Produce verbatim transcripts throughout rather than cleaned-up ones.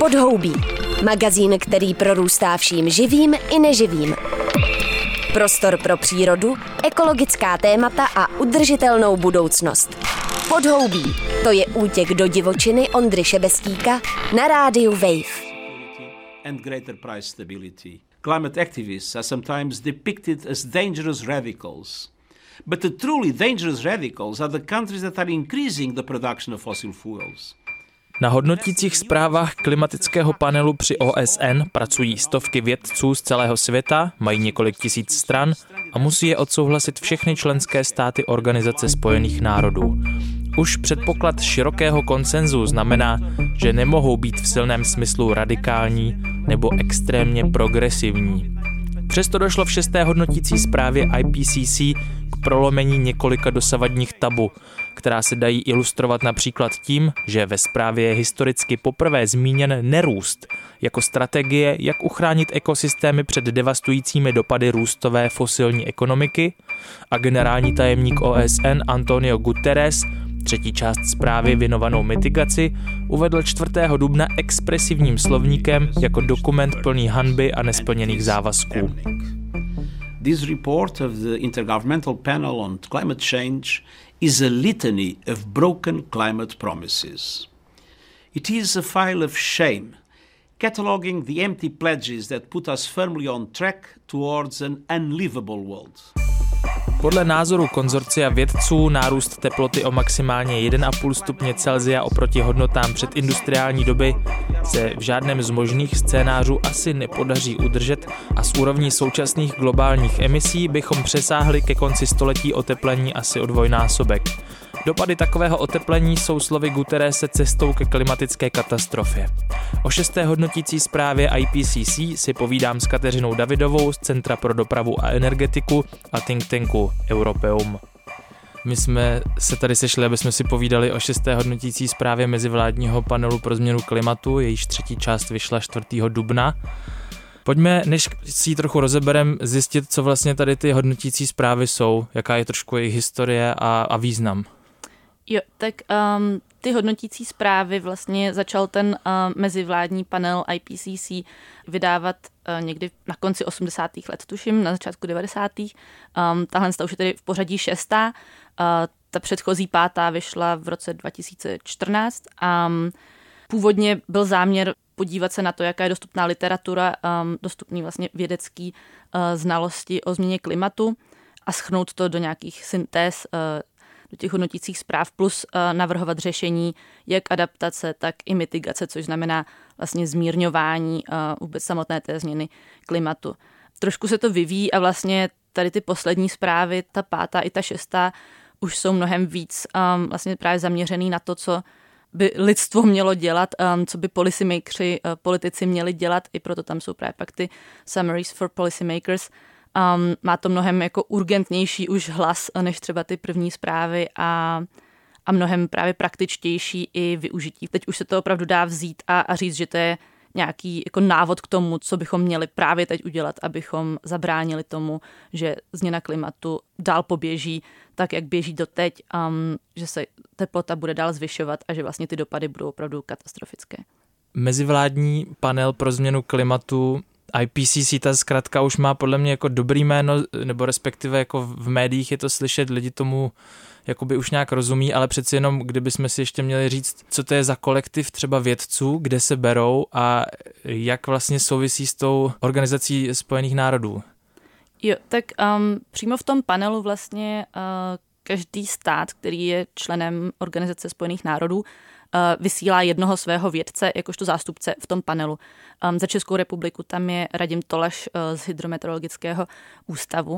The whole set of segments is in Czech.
Podhoubí. Magazín, který prorůstá vším živým i neživým. Prostor pro přírodu, ekologická témata a udržitelnou budoucnost. Podhoubí. To je útěk do divočiny Ondry Šebestíka na rádiu Wave. And greater price stability. Climate activists are sometimes depicted as dangerous radicals. But the truly dangerous radicals are the countries that are increasing the production of fossil fuels. Na hodnotících zprávách klimatického panelu při O S N pracují stovky vědců z celého světa, mají několik tisíc stran a musí je odsouhlasit všechny členské státy Organizace spojených národů. Už předpoklad širokého konsenzu znamená, že nemohou být v silném smyslu radikální nebo extrémně progresivní. Přesto došlo v šesté hodnotící zprávě I P C C k prolomení několika dosavadních tabu, která se dají ilustrovat například tím, že ve zprávě je historicky poprvé zmíněn nerůst jako strategie, jak uchránit ekosystémy před devastujícími dopady růstové fosilní ekonomiky, a generální tajemník O S N Antonio Guterres třetí část zprávy věnovanou mitigaci uvedl čtvrtého dubna expresivním slovníkem jako dokument plný hanby a nesplněných závazků. This report of the Intergovernmental Panel on Climate Change is a litany of broken climate promises. It is a file of shame, cataloging the empty pledges that put us firmly on track towards an unlivable world. Podle názoru konzorcia vědců nárůst teploty o maximálně jedna celá pět stupně Celsia oproti hodnotám předindustriální doby se v žádném z možných scénářů asi nepodaří udržet a z úrovní současných globálních emisí bychom přesáhli ke konci století oteplení asi o dvojnásobek. Dopady takového oteplení jsou slovy Guterrese cestou ke klimatické katastrofě. O šesté hodnotící zprávě I P C C si povídám s Kateřinou Davidovou z Centra pro dopravu a energetiku a think tanku Europeum. My jsme se tady sešli, aby jsme si povídali o šesté hodnotící zprávě mezivládního panelu pro změnu klimatu, jejíž třetí část vyšla čtvrtého dubna. Pojďme, než si ji trochu rozeberem, zjistit, co vlastně tady ty hodnotící zprávy jsou, jaká je trošku jejich historie a, a význam. Jo, tak um, ty hodnotící zprávy vlastně začal ten uh, mezivládní panel I P C C vydávat uh, někdy na konci osmdesátých let, tuším, na začátku devadesátých. Um, tahle už je tedy v pořadí šestá, uh, ta předchozí pátá vyšla v roce dva tisíce čtrnáct. Um, původně byl záměr podívat se na to, jaká je dostupná literatura, um, dostupný vlastně vědecký uh, znalosti o změně klimatu a shrnout to do nějakých syntéz uh, do těch hodnotících zpráv, plus uh, navrhovat řešení jak adaptace, tak i mitigace, což znamená vlastně zmírňování uh, vůbec samotné té změny klimatu. Trošku se to vyvíjí a vlastně tady ty poslední zprávy, ta pátá i ta šestá, už jsou mnohem víc um, vlastně právě zaměřený na to, co by lidstvo mělo dělat, um, co by policymakeri, uh, politici měli dělat, i proto tam jsou právě pak ty summaries for policymakers. Um, má to mnohem jako urgentnější už hlas než třeba ty první zprávy a, a mnohem právě praktičtější i využití. Teď už se to opravdu dá vzít a, a říct, že to je nějaký jako návod k tomu, co bychom měli právě teď udělat, abychom zabránili tomu, že změna klimatu dál poběží tak, jak běží doteď, um, že se teplota bude dál zvyšovat a že vlastně ty dopady budou opravdu katastrofické. Mezivládní panel pro změnu klimatu I P C C, ta zkratka už má podle mě jako dobrý jméno, nebo respektive jako v médiích je to slyšet, lidi tomu jakoby už nějak rozumí, ale přeci jenom, kdybychom si ještě měli říct, co to je za kolektiv třeba vědců, kde se berou a jak vlastně souvisí s tou Organizací spojených národů. Jo, tak um, přímo v tom panelu vlastně uh, každý stát, který je členem Organizace spojených národů, vysílá jednoho svého vědce jakožto zástupce v tom panelu. Um, za Českou republiku tam je Radim Tolaš uh, z Hydrometeorologického ústavu.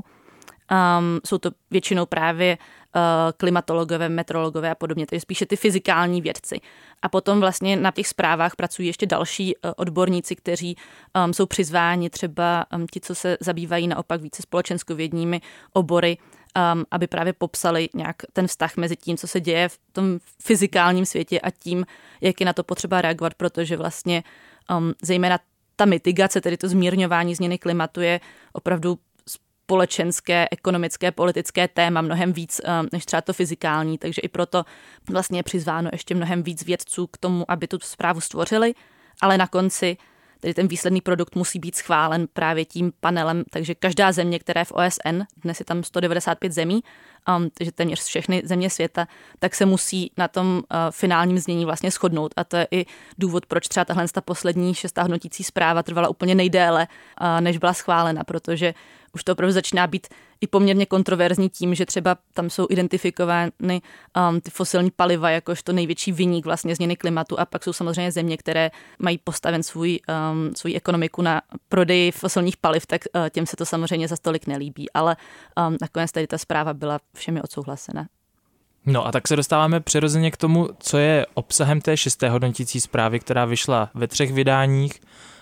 Um, jsou to většinou právě uh, klimatologové, meteorologové a podobně, to je spíše ty fyzikální vědci. A potom vlastně na těch zprávách pracují ještě další uh, odborníci, kteří um, jsou přizváni, třeba um, ti, co se zabývají naopak více společenskovědními obory, Um, aby právě popsali nějak ten vztah mezi tím, co se děje v tom fyzikálním světě a tím, jak je na to potřeba reagovat, protože vlastně um, zejména ta mitigace, tedy to zmírňování změny klimatu je opravdu společenské, ekonomické, politické téma mnohem víc um, než třeba to fyzikální, takže i proto vlastně je přizváno ještě mnohem víc vědců k tomu, aby tu zprávu stvořili ale na konci tedy ten výsledný produkt musí být schválen právě tím panelem, takže každá země, která je v O S N, dnes je tam sto devadesát pět zemí, um, takže téměř všechny země světa, tak se musí na tom uh, finálním znění vlastně shodnout. A to je i důvod, proč třeba tahle ta poslední šestá hodnotící zpráva trvala úplně nejdéle, uh, než byla schválena, protože už to opravdu začíná být i poměrně kontroverzní tím, že třeba tam jsou identifikovány um, ty fosilní paliva jakožto největší viník vlastně změny klimatu a pak jsou samozřejmě země, které mají postaven svůj, um, svůj ekonomiku na prodeji fosilních paliv, tak uh, těm se to samozřejmě za stolik nelíbí, ale um, nakonec tady ta zpráva byla všemi odsouhlasena. No a tak se dostáváme přirozeně k tomu, co je obsahem té šesté hodnotící zprávy, která vyšla ve třech vydáních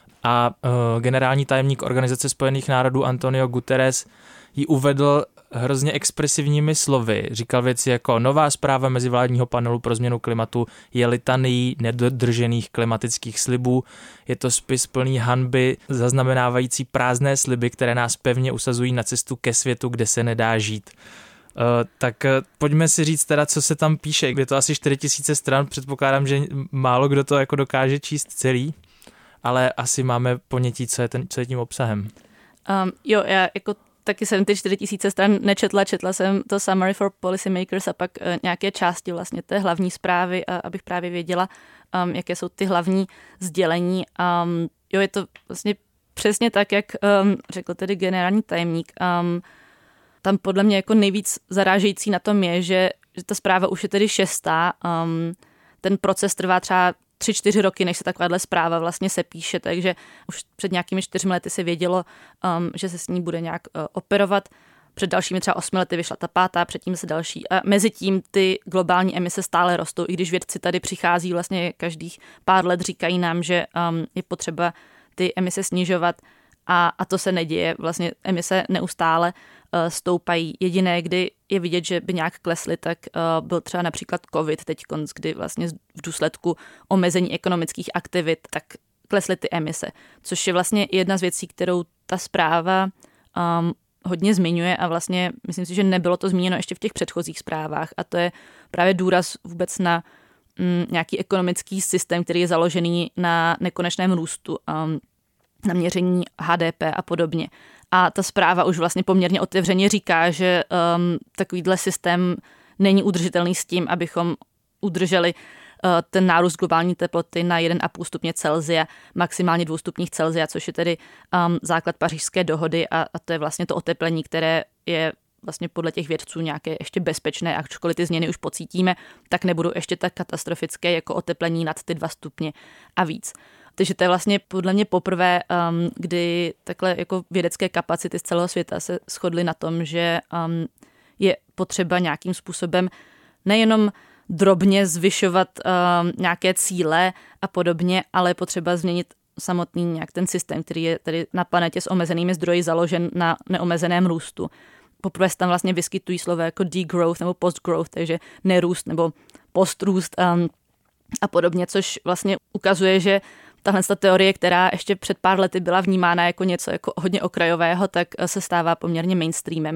a uh, generální tajemník Organizace spojených národů Antonio Guterres ji uvedl hrozně expresivními slovy. Říkal věci jako nová zpráva mezivládního panelu pro změnu klimatu je litanií nedodržených klimatických slibů. Je to spis plný hanby, zaznamenávající prázdné sliby, které nás pevně usazují na cestu ke světu, kde se nedá žít. Uh, tak uh, pojďme si říct teda, co se tam píše. Je to asi čtyři tisíce stran, předpokládám, že málo kdo to jako dokáže číst celý, ale asi máme ponětí, co je, ten, co je tím obsahem. Um, jo, já jako taky jsem ty čtyři tisíce stran nečetla, četla jsem to Summary for Policymakers a pak uh, nějaké části vlastně té hlavní zprávy, uh, abych právě věděla, um, jaké jsou ty hlavní sdělení. Um, jo, je to vlastně přesně tak, jak um, řekl tedy generální tajemník. Um, tam podle mě jako nejvíc zarážející na tom je, že, že ta zpráva už je tedy šestá. Um, ten proces trvá třeba tři, čtyři roky, než se takováhle zpráva vlastně sepíše, takže už před nějakými čtyřmi lety se vědělo, um, že se s ní bude nějak uh, operovat. Před dalšími třeba osmi lety vyšla ta pátá, předtím se další. A mezi tím ty globální emise stále rostou, i když vědci tady přichází vlastně každých pár let, říkají nám, že um, je potřeba ty emise snižovat a, a to se neděje. Vlastně emise neustále uh, stoupají. Jediné, kdy je vidět, že by nějak klesly, tak uh, byl třeba například covid teď, kdy vlastně v důsledku omezení ekonomických aktivit, tak klesly ty emise, což je vlastně jedna z věcí, kterou ta zpráva um, hodně zmiňuje a vlastně myslím si, že nebylo to zmíněno ještě v těch předchozích zprávách a to je právě důraz vůbec na mm, nějaký ekonomický systém, který je založený na nekonečném růstu, um, na měření H D P a podobně. A ta zpráva už vlastně poměrně otevřeně říká, že um, takovýhle systém není udržitelný s tím, abychom udrželi uh, ten nárůst globální teploty na jedna celá pět stupně Celsia, maximálně dvou stupních Celsia, což je tedy um, základ Pařížské dohody a, a to je vlastně to oteplení, které je vlastně podle těch vědců nějaké ještě bezpečné, ačkoliv ty změny už pocítíme, tak nebudou ještě tak katastrofické jako oteplení nad ty dva stupně a víc. Takže to je vlastně podle mě poprvé, um, kdy takhle jako vědecké kapacity z celého světa se shodly na tom, že um, je potřeba nějakým způsobem nejenom drobně zvyšovat um, nějaké cíle a podobně, ale je potřeba změnit samotný nějak ten systém, který je tady na planetě s omezenými zdroji založen na neomezeném růstu. Poprvé se tam vlastně vyskytují slova jako degrowth nebo postgrowth, takže nerůst nebo postrůst um, a podobně, což vlastně ukazuje, že tahle teorie, která ještě před pár lety byla vnímána jako něco jako hodně okrajového, tak se stává poměrně mainstreamem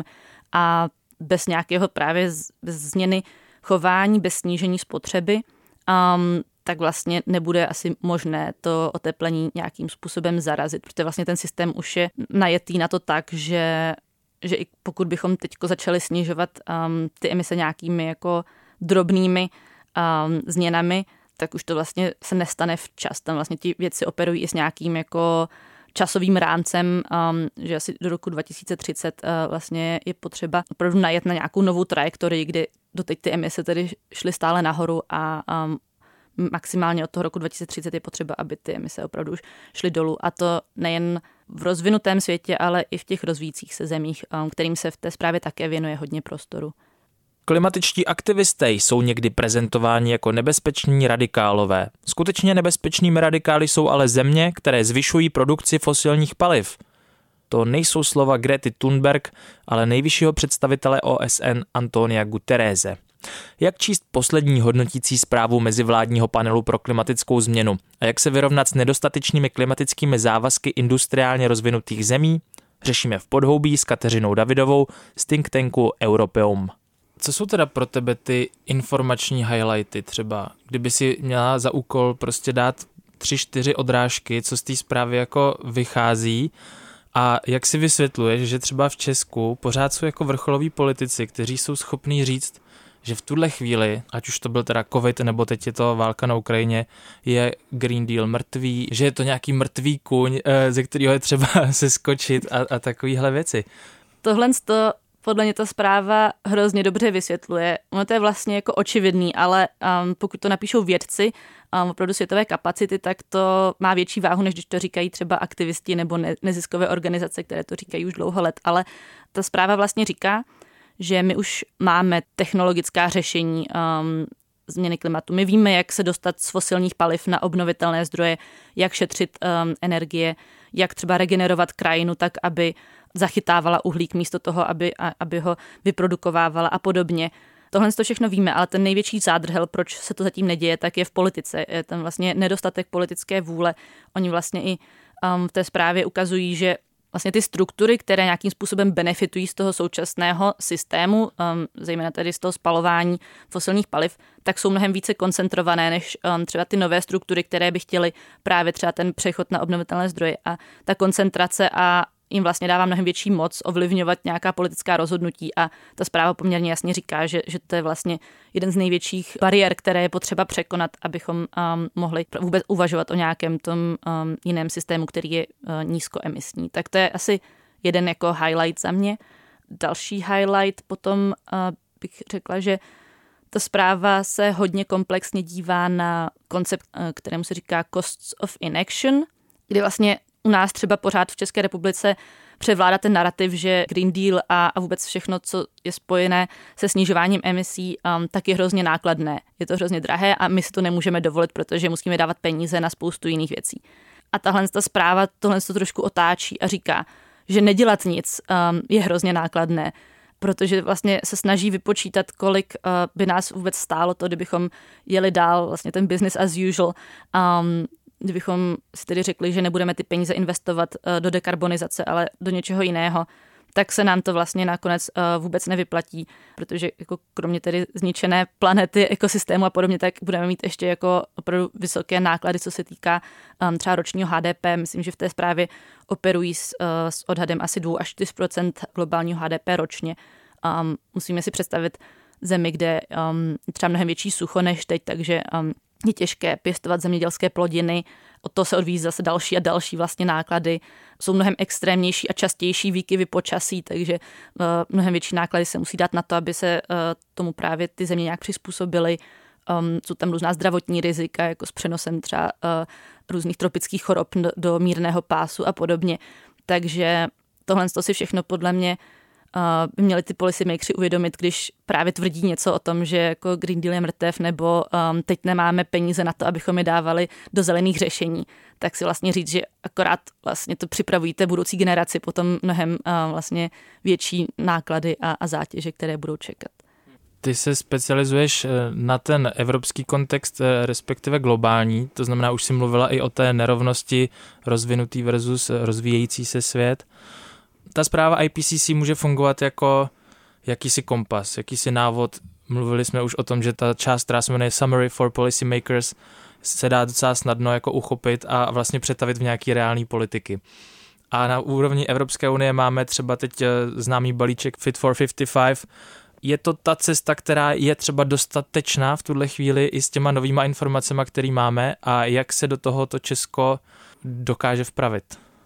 a bez nějakého právě bez změny chování, bez snížení spotřeby, um, tak vlastně nebude asi možné to oteplení nějakým způsobem zarazit, protože vlastně ten systém už je najetý na to tak, že, že i pokud bychom teď začali snižovat um, ty emise nějakými jako drobnými um, změnami, tak už to vlastně se nestane včas. Tam vlastně ti vědci operují i s nějakým jako časovým rámcem, um, že asi do roku dva tisíce třicet uh, vlastně je potřeba opravdu najet na nějakou novou trajektorii, kdy doteď ty emise tedy šly stále nahoru a um, maximálně od toho roku dva tisíce třicet je potřeba, aby ty emise opravdu už šly dolů. A to nejen v rozvinutém světě, ale i v těch rozvíjících se zemích, um, kterým se v té zprávě také věnuje hodně prostoru. Klimatičtí aktivisté jsou někdy prezentováni jako nebezpeční radikálové. Skutečně nebezpečnými radikály jsou ale země, které zvyšují produkci fosilních paliv. To nejsou slova Grety Thunberg, ale nejvyššího představitele O S N Antonia Guterrese. Jak číst poslední hodnotící zprávu mezivládního panelu pro klimatickou změnu a jak se vyrovnat s nedostatečnými klimatickými závazky industriálně rozvinutých zemí? Řešíme v Podhoubí s Kateřinou Davidovou z think tanku Europeum. Co jsou teda pro tebe ty informační highlighty třeba? Kdyby si měla za úkol prostě dát tři, čtyři odrážky, co z té zprávy jako vychází. A jak si vysvětluješ, že třeba v Česku pořád jsou jako vrcholoví politici, kteří jsou schopní říct, že v tuhle chvíli, ať už to byl teda covid, nebo teď je to válka na Ukrajině, je Green Deal mrtvý, že je to nějaký mrtvý kuň, ze kterého je třeba se skočit a, a takovýhle věci. Tohle to podle mě ta zpráva hrozně dobře vysvětluje. Ono to je vlastně jako očividný, ale um, pokud to napíšou vědci, um, opravdu světové kapacity, tak to má větší váhu, než když to říkají třeba aktivisti nebo ne- neziskové organizace, které to říkají už dlouho let. Ale ta zpráva vlastně říká, že my už máme technologická řešení um, změny klimatu. My víme, jak se dostat z fosilních paliv na obnovitelné zdroje, jak šetřit um, energie, jak třeba regenerovat krajinu tak, aby zachytávala uhlík místo toho, aby, aby ho vyprodukovávala a podobně. Tohle to všechno víme, ale ten největší zádrhel, proč se to zatím neděje, tak je v politice. Je ten vlastně nedostatek politické vůle. Oni vlastně i um, v té zprávě ukazují, že vlastně ty struktury, které nějakým způsobem benefitují z toho současného systému, um, zejména tedy z toho spalování fosilních paliv, tak jsou mnohem více koncentrované než um, třeba ty nové struktury, které by chtěly právě třeba ten přechod na obnovitelné zdroje. A ta koncentrace a jim vlastně dává mnohem větší moc ovlivňovat nějaká politická rozhodnutí a ta zpráva poměrně jasně říká, že, že to je vlastně jeden z největších bariér, které je potřeba překonat, abychom um, mohli vůbec uvažovat o nějakém tom um, jiném systému, který je uh, nízkoemisní. Tak to je asi jeden jako highlight za mě. Další highlight potom uh, bych řekla, že ta zpráva se hodně komplexně dívá na koncept, uh, kterému se říká costs of inaction, kdy vlastně u nás třeba pořád v České republice převládá ten narrativ, že Green Deal a, a vůbec všechno, co je spojené se snižováním emisí, um, tak je hrozně nákladné. Je to hrozně drahé a my si to nemůžeme dovolit, protože musíme dávat peníze na spoustu jiných věcí. A tahle ta zpráva tohle to trošku otáčí a říká, že nedělat nic um, je hrozně nákladné, protože vlastně se snaží vypočítat, kolik uh, by nás vůbec stálo to, kdybychom jeli dál, vlastně ten business as usual, um, kdybychom si tedy řekli, že nebudeme ty peníze investovat do dekarbonizace, ale do něčeho jiného, tak se nám to vlastně nakonec vůbec nevyplatí, protože jako kromě tedy zničené planety, ekosystému a podobně, tak budeme mít ještě jako opravdu vysoké náklady, co se týká um, třeba ročního H D P. Myslím, že v té zprávě operují s, uh, s odhadem asi dva až čtyři procenta globálního H D P ročně. Um, musíme si představit zemi, kde um, třeba mnohem větší sucho než teď, takže um, je těžké pěstovat zemědělské plodiny, od toho se odvíjí zase další a další vlastně náklady. Jsou mnohem extrémnější a častější výkyvy počasí, takže uh, mnohem větší náklady se musí dát na to, aby se uh, tomu právě ty země nějak přizpůsobily. Um, jsou tam různá zdravotní rizika, jako s přenosem třeba uh, různých tropických chorob do, do mírného pásu a podobně. Takže tohle si všechno podle mě Uh, by měli ty policy makersi uvědomit, když právě tvrdí něco o tom, že jako Green Deal je mrtev, nebo um, teď nemáme peníze na to, abychom je dávali do zelených řešení, tak si vlastně říct, že akorát vlastně to připravují té budoucí generaci potom mnohem uh, vlastně větší náklady a, a zátěže, které budou čekat. Ty se specializuješ na ten evropský kontext, respektive globální, to znamená, už jsi mluvila i o té nerovnosti rozvinutý versus rozvíjející se svět. Ta zpráva I P C C může fungovat jako jakýsi kompas, jakýsi návod. Mluvili jsme už o tom, že ta část, která se jmenuje Summary for Policy Makers, se dá docela snadno jako uchopit a vlastně přetavit v nějaký reální politiky. A na úrovni Evropské unie máme třeba teď známý balíček Fit for padesát pět. Je to ta cesta, která je třeba dostatečná v tuhle chvíli i s těma novýma informacemi, které máme, a jak se do tohoto Česko dokáže vpravit?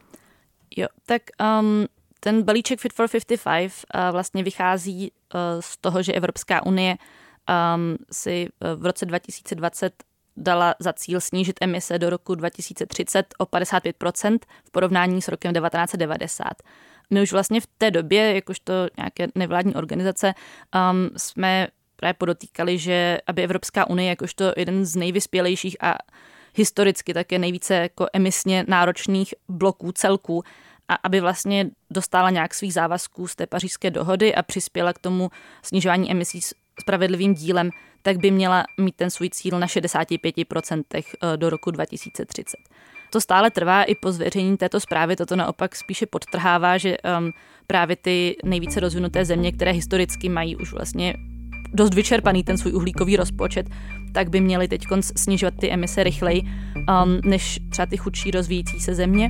Jo, tak um, ten balíček Fit for padesát pět uh, vlastně vychází uh, z toho, že Evropská unie um, si uh, v roce dva tisíce dvacet dala za cíl snížit emise do roku dva tisíce třicet o padesát pět procent v porovnání s rokem devatenáct set devadesát. My už vlastně v té době, jakožto nějaké nevládní organizace, um, jsme právě podotýkali, že aby Evropská unie jakožto jeden z nejvyspělejších a historicky také nejvíce jako emisně náročných bloků celků, a aby vlastně dostala nějak svých závazků z té Pařížské dohody a přispěla k tomu snižování emisí spravedlivým dílem, tak by měla mít ten svůj cíl na šedesát pět procent do roku dva tisíce třicet. To stále trvá i po zveřejnění této zprávy, toto naopak spíše podtrhává, že um, právě ty nejvíce rozvinuté země, které historicky mají už vlastně dost vyčerpaný ten svůj uhlíkový rozpočet, tak by měli teď snižovat ty emise rychleji um, než třeba ty chudší rozvíjící se země.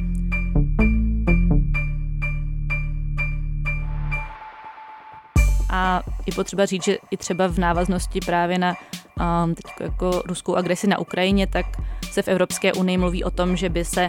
A je potřeba říct, že i třeba v návaznosti právě na um, teď jako ruskou agresi na Ukrajině, tak se v Evropské unii mluví o tom, že by se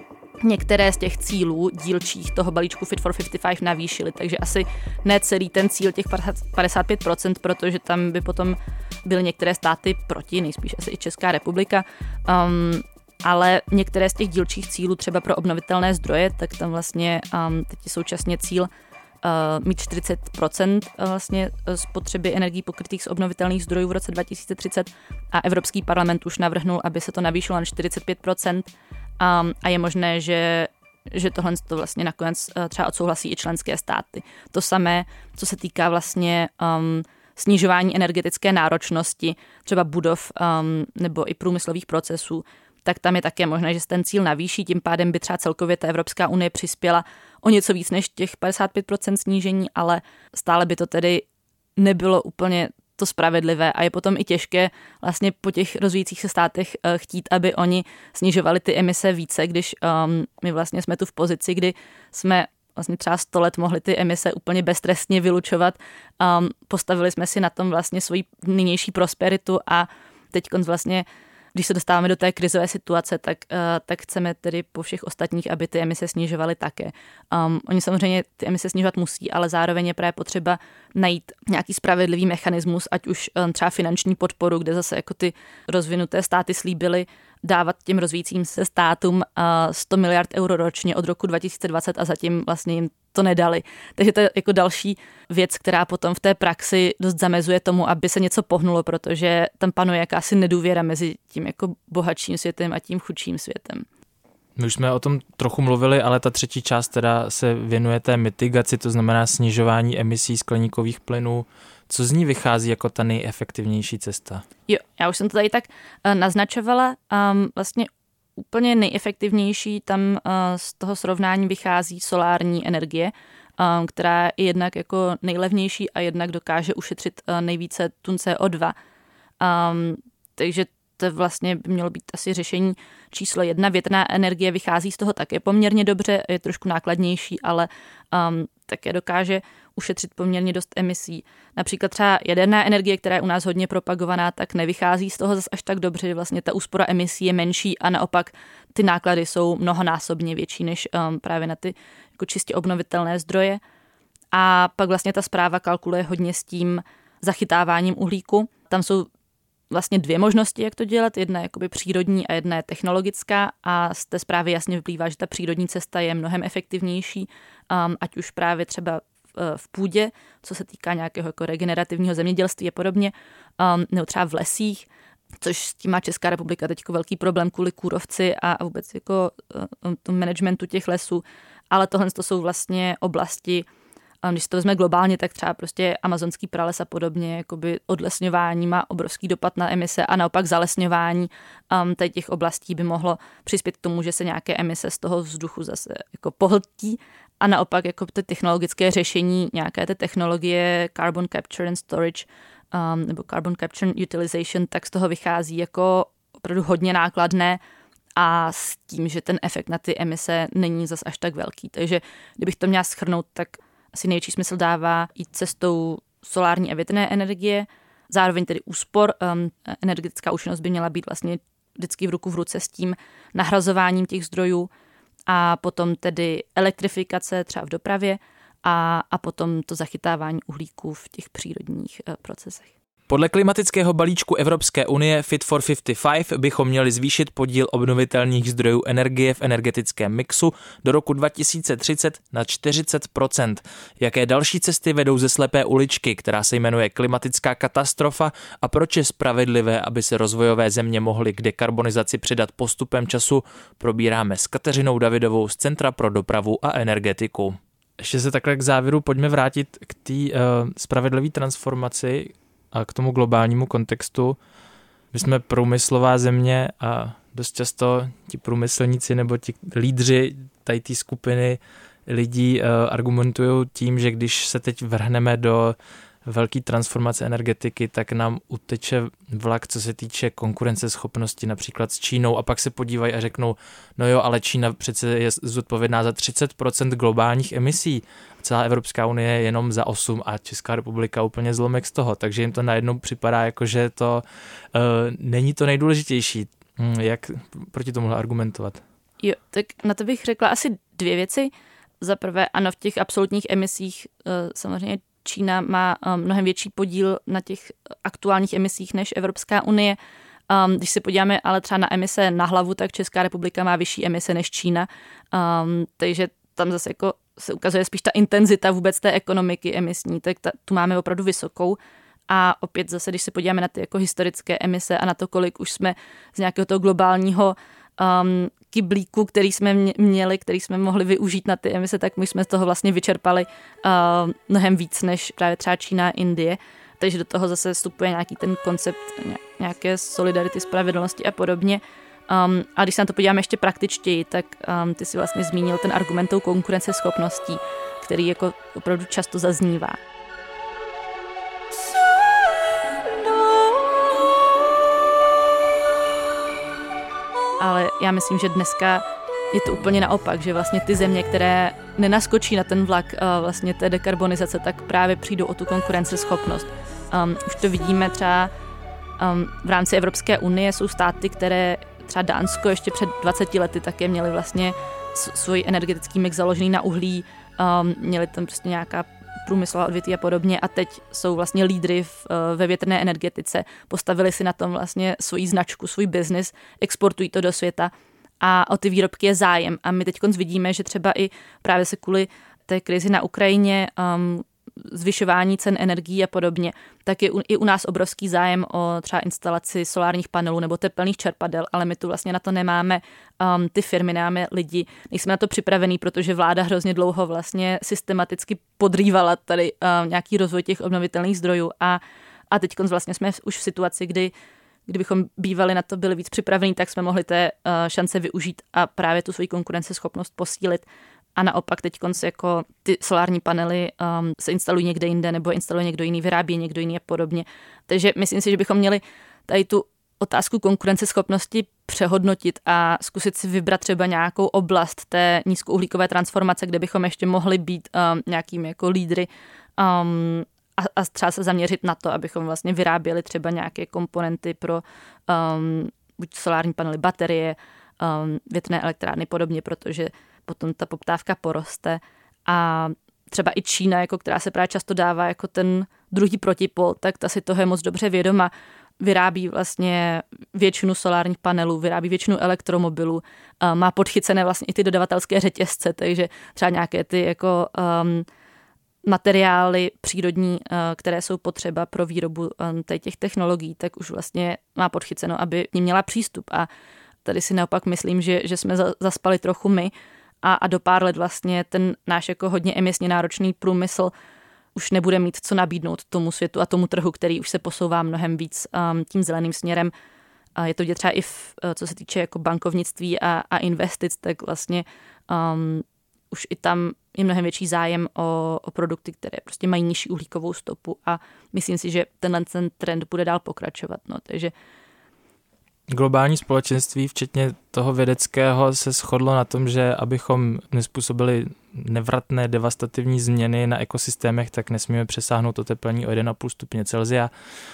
některé z těch cílů dílčích toho balíčku Fit for padesát pět navýšily, takže asi ne celý ten cíl těch padesát pět procent, protože tam by potom byly některé státy proti, nejspíš asi i Česká republika, um, ale některé z těch dílčích cílů třeba pro obnovitelné zdroje, tak tam vlastně um, teď je současně cíl uh, mít čtyřicet procent vlastně spotřeby energií pokrytých z obnovitelných zdrojů v roce dva tisíce třicet a Evropský parlament už navrhnul, aby se to navýšilo na čtyřicet pět procent. Um, a je možné, že, že tohle to vlastně nakonec uh, třeba odsouhlasí i členské státy. To samé, co se týká vlastně um, snižování energetické náročnosti, třeba budov um, nebo i průmyslových procesů, tak tam je také možné, že se ten cíl navýší, tím pádem by třeba celkově ta Evropská unie přispěla o něco víc než těch padesát pět procent snížení, ale stále by to tedy nebylo úplně to spravedlivé a je potom i těžké vlastně po těch rozvíjících se státech uh, chtít, aby oni snižovali ty emise více, když um, my vlastně jsme tu v pozici, kdy jsme vlastně třeba sto let mohli ty emise úplně beztrestně vylučovat. Um, postavili jsme si na tom vlastně svoji nynější prosperitu a teď vlastně, když se dostáváme do té krizové situace, tak, uh, tak chceme tedy po všech ostatních, aby ty emise snižovaly také. Um, oni samozřejmě ty emise snižovat musí, ale zároveň je právě potřeba najít nějaký spravedlivý mechanismus, ať už um, třeba finanční podporu, kde zase jako ty rozvinuté státy slíbily dávat těm rozvíjícím se státům uh, sto miliard euro ročně od roku dva tisíce dvacet a zatím vlastně jim to nedali. Takže to je jako další věc, která potom v té praxi dost zamezuje tomu, aby se něco pohnulo, protože tam panuje jakási nedůvěra mezi tím jako bohatším světem a tím chudším světem. My už jsme o tom trochu mluvili, ale ta třetí část teda se věnuje té mitigaci, to znamená snižování emisí skleníkových plynů. Co z ní vychází jako ta nejefektivnější cesta? Jo, já už jsem to tady tak uh, naznačovala. Um, vlastně úplně nejefektivnější tam uh, z toho srovnání vychází solární energie, um, která je jednak jako nejlevnější a jednak dokáže ušetřit uh, nejvíce tun C O dva. Um, takže to vlastně by mělo být asi řešení číslo jedna. Větrná energie vychází z toho také poměrně dobře, je trošku nákladnější, ale um, také dokáže ušetřit poměrně dost emisí. Například třeba jaderná energie, která je u nás hodně propagovaná, tak nevychází z toho zase až tak dobře, že vlastně ta úspora emisí je menší a naopak ty náklady jsou mnohonásobně větší než um, právě na ty jako čistě obnovitelné zdroje. A pak vlastně ta zpráva kalkuluje hodně s tím zachytáváním uhlíku. Tam jsou vlastně dvě možnosti, jak to dělat. Jedna je jakoby přírodní a jedna je technologická a z té zprávy jasně vyplývá, že ta přírodní cesta je mnohem efektivnější, um, ať už právě třeba v půdě, co se týká nějakého jako regenerativního zemědělství a podobně, um, nebo třeba v lesích, což s tím má Česká republika teď velký problém kvůli kůrovci a vůbec jako uh, managementu těch lesů, ale tohle to jsou vlastně oblasti, um, když se to vezme globálně, tak třeba prostě amazonský prales a podobně, jakoby odlesňování má obrovský dopad na emise a naopak zalesňování um, těch oblastí by mohlo přispět k tomu, že se nějaké emise z toho vzduchu zase jako pohltí. A naopak jako ty technologické řešení, nějaké ty technologie carbon capture and storage um, nebo carbon capture and utilization, tak z toho vychází jako opravdu hodně nákladné a s tím, že ten efekt na ty emise není zas až tak velký. Takže kdybych to měla shrnout, tak asi největší smysl dává jít cestou solární a větrné energie, zároveň tedy úspor. Um, energetická účinnost by měla být vlastně vždycky v ruku v ruce s tím nahrazováním těch zdrojů, a potom tedy elektrifikace třeba v dopravě a, a potom to zachytávání uhlíků v těch přírodních uh, procesech. Podle klimatického balíčku Evropské unie Fit for padesát pět bychom měli zvýšit podíl obnovitelných zdrojů energie v energetickém mixu do roku dva tisíce třicet na čtyřicet procent. Jaké další cesty vedou ze slepé uličky, která se jmenuje klimatická katastrofa, a proč je spravedlivé, aby se rozvojové země mohly k dekarbonizaci přidat postupem času, probíráme s Kateřinou Davidovou z Centra pro dopravu a energetiku. Ještě se takhle k závěru pojďme vrátit k té uh, spravedlivé transformaci a k tomu globálnímu kontextu. My jsme průmyslová země a dost často ti průmyslníci nebo ti lídři tady té skupiny lidí uh, argumentují tím, že když se teď vrhneme do velký transformace energetiky, tak nám uteče vlak, co se týče konkurenceschopnosti například s Čínou a pak se podívají a řeknou, no jo, ale Čína přece je zodpovědná za třicet procent globálních emisí. Celá Evropská unie je jenom za osm a Česká republika úplně zlomek z toho, takže jim to najednou připadá jako, že to uh, není to nejdůležitější. Jak proti tomu argumentovat? Jo, tak na to bych řekla asi dvě věci. Za prvé, ano, v těch absolutních emisích samozřejmě Čína má mnohem větší podíl na těch aktuálních emisích než Evropská unie. Když se podíváme ale třeba na emise na hlavu, tak Česká republika má vyšší emise než Čína. Takže tam zase jako se ukazuje spíš ta intenzita vůbec té ekonomiky emisní, tak ta, tu máme opravdu vysokou. A opět zase, když se podíváme na ty jako historické emise a na to, kolik už jsme z nějakého toho globálního um, kyblíku, který jsme měli, který jsme mohli využít na ty emise, tak my jsme z toho vlastně vyčerpali uh, mnohem víc než právě třeba Čína a Indie. Takže do toho zase vstupuje nějaký ten koncept nějaké solidarity, spravedlnosti a podobně. Um, a když se na to podíváme ještě praktičtěji, tak um, ty si vlastně zmínil ten argument tou konkurenceschopností, který jako opravdu často zaznívá. Ale já myslím, že dneska je to úplně naopak, že vlastně ty země, které nenaskočí na ten vlak uh, vlastně té dekarbonizace, tak právě přijdou o tu konkurenceschopnost. Um, už to vidíme třeba um, v rámci Evropské unie jsou státy, které třeba Dánsko ještě před dvaceti lety také měli vlastně svůj energetický mix založený na uhlí, um, měli tam prostě nějaká průmyslová odvětví a podobně a teď jsou vlastně lídry v, ve větrné energetice. Postavili si na tom vlastně svoji značku, svůj biznis, exportují to do světa a o ty výrobky je zájem. A my teď vidíme, že třeba i právě se kvůli té krizi na Ukrajině, um, zvyšování cen energií a podobně, tak je u, i u nás obrovský zájem o třeba instalaci solárních panelů nebo tepelných čerpadel, ale my tu vlastně na to nemáme um, ty firmy, nemáme lidi, nejsme na to připravení, protože vláda hrozně dlouho vlastně systematicky podrývala tady um, nějaký rozvoj těch obnovitelných zdrojů a, a teď vlastně jsme už v situaci, kdy kdybychom bývali na to byli víc připravení, tak jsme mohli té uh, šance využít a právě tu svoji konkurenceschopnost posílit. A naopak teď jako ty solární panely um, se instalují někde jinde nebo instaluje někdo jiný, vyrábí někdo jiný a podobně. Takže myslím si, že bychom měli tady tu otázku konkurenceschopnosti přehodnotit a zkusit si vybrat třeba nějakou oblast té nízkouhlíkové transformace, kde bychom ještě mohli být um, nějakými jako lídry um, a, a třeba se zaměřit na to, abychom vlastně vyráběli třeba nějaké komponenty pro um, buď solární panely, baterie, um, větrné elektrárny podobně, protože potom ta poptávka poroste a třeba i Čína, jako která se právě často dává jako ten druhý protipol, tak ta si toho je moc dobře vědoma. Vyrábí vlastně většinu solárních panelů, vyrábí většinu elektromobilů, má podchycené vlastně i ty dodavatelské řetězce, takže třeba nějaké ty jako um, materiály přírodní, uh, které jsou potřeba pro výrobu um, těch technologií, tak už vlastně má podchyceno, aby ní měla přístup. A tady si naopak myslím, že, že jsme za, zaspali trochu my, A, a do pár let vlastně ten náš jako hodně emisně náročný průmysl už nebude mít co nabídnout tomu světu a tomu trhu, který už se posouvá mnohem víc um, tím zeleným směrem. A je to vidět třeba i v, co se týče jako bankovnictví a, a investic, tak vlastně um, už i tam je mnohem větší zájem o, o produkty, které prostě mají nižší uhlíkovou stopu a myslím si, že tenhle ten trend bude dál pokračovat. No, takže globální společenství, včetně toho vědeckého, se shodlo na tom, že abychom nezpůsobili nevratné devastativní změny na ekosystémech, tak nesmíme přesáhnout oteplení o jedna celá pět stupně Celsia.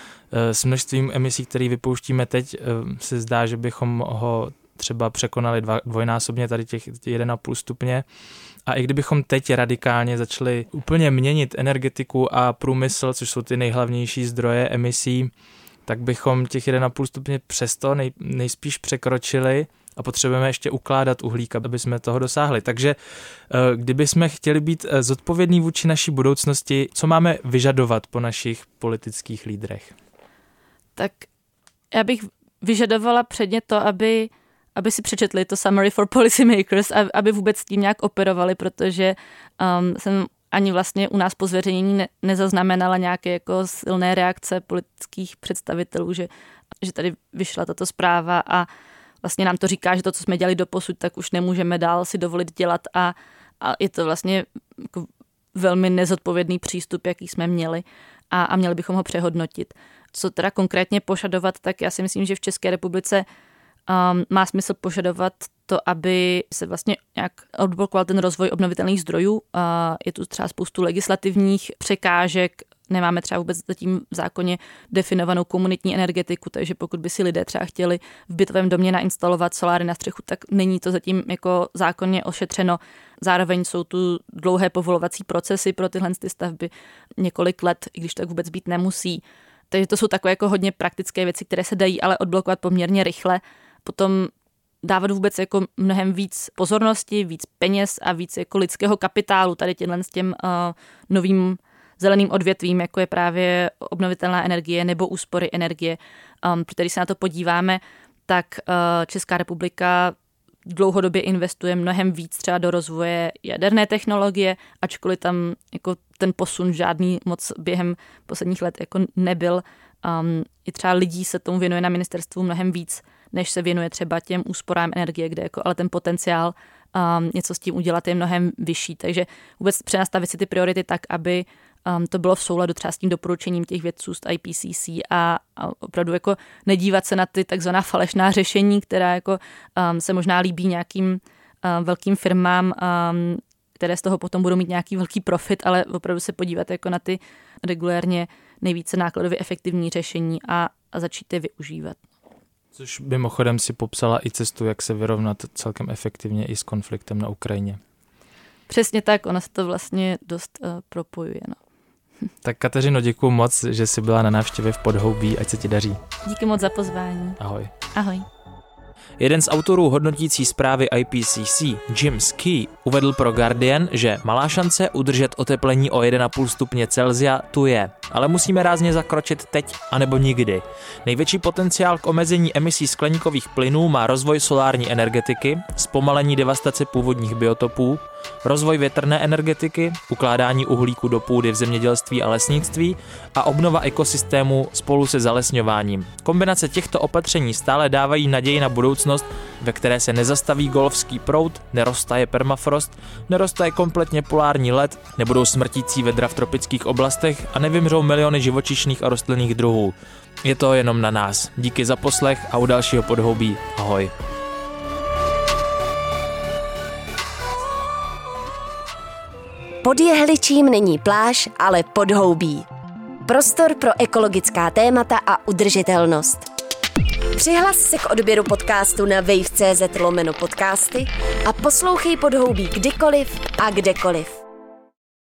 S množstvím emisí, které vypouštíme teď, se zdá, že bychom ho třeba překonali dva, dvojnásobně tady těch jedna celá pět stupně. A i kdybychom teď radikálně začali úplně měnit energetiku a průmysl, což jsou ty nejhlavnější zdroje emisí, tak bychom těch jedna celá pět stupně přesto nej, nejspíš překročili a potřebujeme ještě ukládat uhlík, aby jsme toho dosáhli. Takže kdybychom chtěli být zodpovědní vůči naší budoucnosti, co máme vyžadovat po našich politických lídrech? Tak já bych vyžadovala předně to, aby, aby si přečetli to Summary for Policymakers, aby vůbec s tím nějak operovali, protože um, jsem ani vlastně u nás po zveřejnění ne, nezaznamenala nějaké jako silné reakce politických představitelů, že, že tady vyšla tato zpráva a vlastně nám to říká, že to, co jsme dělali doposud, tak už nemůžeme dál si dovolit dělat a, a je to vlastně jako velmi nezodpovědný přístup, jaký jsme měli. a, a měli bychom ho přehodnotit. Co teda konkrétně požadovat, tak já si myslím, že v České republice um, má smysl požadovat to, aby se vlastně nějak odblokoval ten rozvoj obnovitelných zdrojů. Uh, je tu třeba spoustu legislativních překážek, nemáme třeba vůbec zatím v zákoně definovanou komunitní energetiku, takže pokud by si lidé třeba chtěli v bytovém domě nainstalovat soláry na střechu, tak není to zatím jako zákonně ošetřeno. Zároveň jsou tu dlouhé povolovací procesy pro tyhle stavby několik let, i když tak vůbec být nemusí. Takže to jsou takové jako hodně praktické věci, které se dají ale odblokovat poměrně rychle. Potom dávat vůbec jako mnohem víc pozornosti, víc peněz a víc jako lidského kapitálu tady těmhle s těm uh, novým zeleným odvětvím, jako je právě obnovitelná energie nebo úspory energie. Um, protože když se na to podíváme, tak uh, Česká republika dlouhodobě investuje mnohem víc třeba do rozvoje jaderné technologie, ačkoliv tam jako ten posun žádný moc během posledních let jako nebyl. Um, I třeba lidí se tomu věnuje na ministerstvu mnohem víc, než se věnuje třeba těm úsporám energie, kde jako ale ten potenciál um, něco s tím udělat je mnohem vyšší. Takže vůbec přenastavit si ty priority tak, aby um, to bylo v souladu třeba s tím doporučením těch vědců z I P C C a, a opravdu jako nedívat se na ty takzvaná falešná řešení, která jako um, se možná líbí nějakým um, velkým firmám, um, které z toho potom budou mít nějaký velký profit, ale opravdu se podívat jako na ty regulérně nejvíce nákladově efektivní řešení a, a začít je využívat. Což mimochodem si popsala i cestu, jak se vyrovnat celkem efektivně i s konfliktem na Ukrajině. Přesně tak, ona se to vlastně dost uh, propojuje. No. Tak Kateřino, děkuju moc, že jsi byla na návštěvě v Podhoubí, ať se ti daří. Díky moc za pozvání. Ahoj. Ahoj. Jeden z autorů hodnotící zprávy I P C C, Jim Skee, uvedl pro Guardian, že malá šance udržet oteplení o jedna celá pět stupně Celsia tu je, ale musíme rázně zakročit teď anebo nikdy. Největší potenciál k omezení emisí skleníkových plynů má rozvoj solární energetiky, zpomalení devastace původních biotopů, rozvoj větrné energetiky, ukládání uhlíku do půdy v zemědělství a lesnictví a obnova ekosystému spolu se zalesňováním. Kombinace těchto opatření stále dávají naději na budoucnost, ve které se nezastaví golfský proud, neroztaje permafrost, neroztaje kompletně polární led, nebudou smrtící vedra v tropických oblastech a nevymřou miliony živočišných a rostlinných druhů. Je to jenom na nás. Díky za poslech a u dalšího Podhoubí. Ahoj. Pod Jehličím není pláž, ale podhoubí. Prostor pro ekologická témata a udržitelnost. Přihlas se k odběru podcastu na wave tečka cz lomeno podcasty a poslouchej Podhoubí kdykoliv a kdekoliv.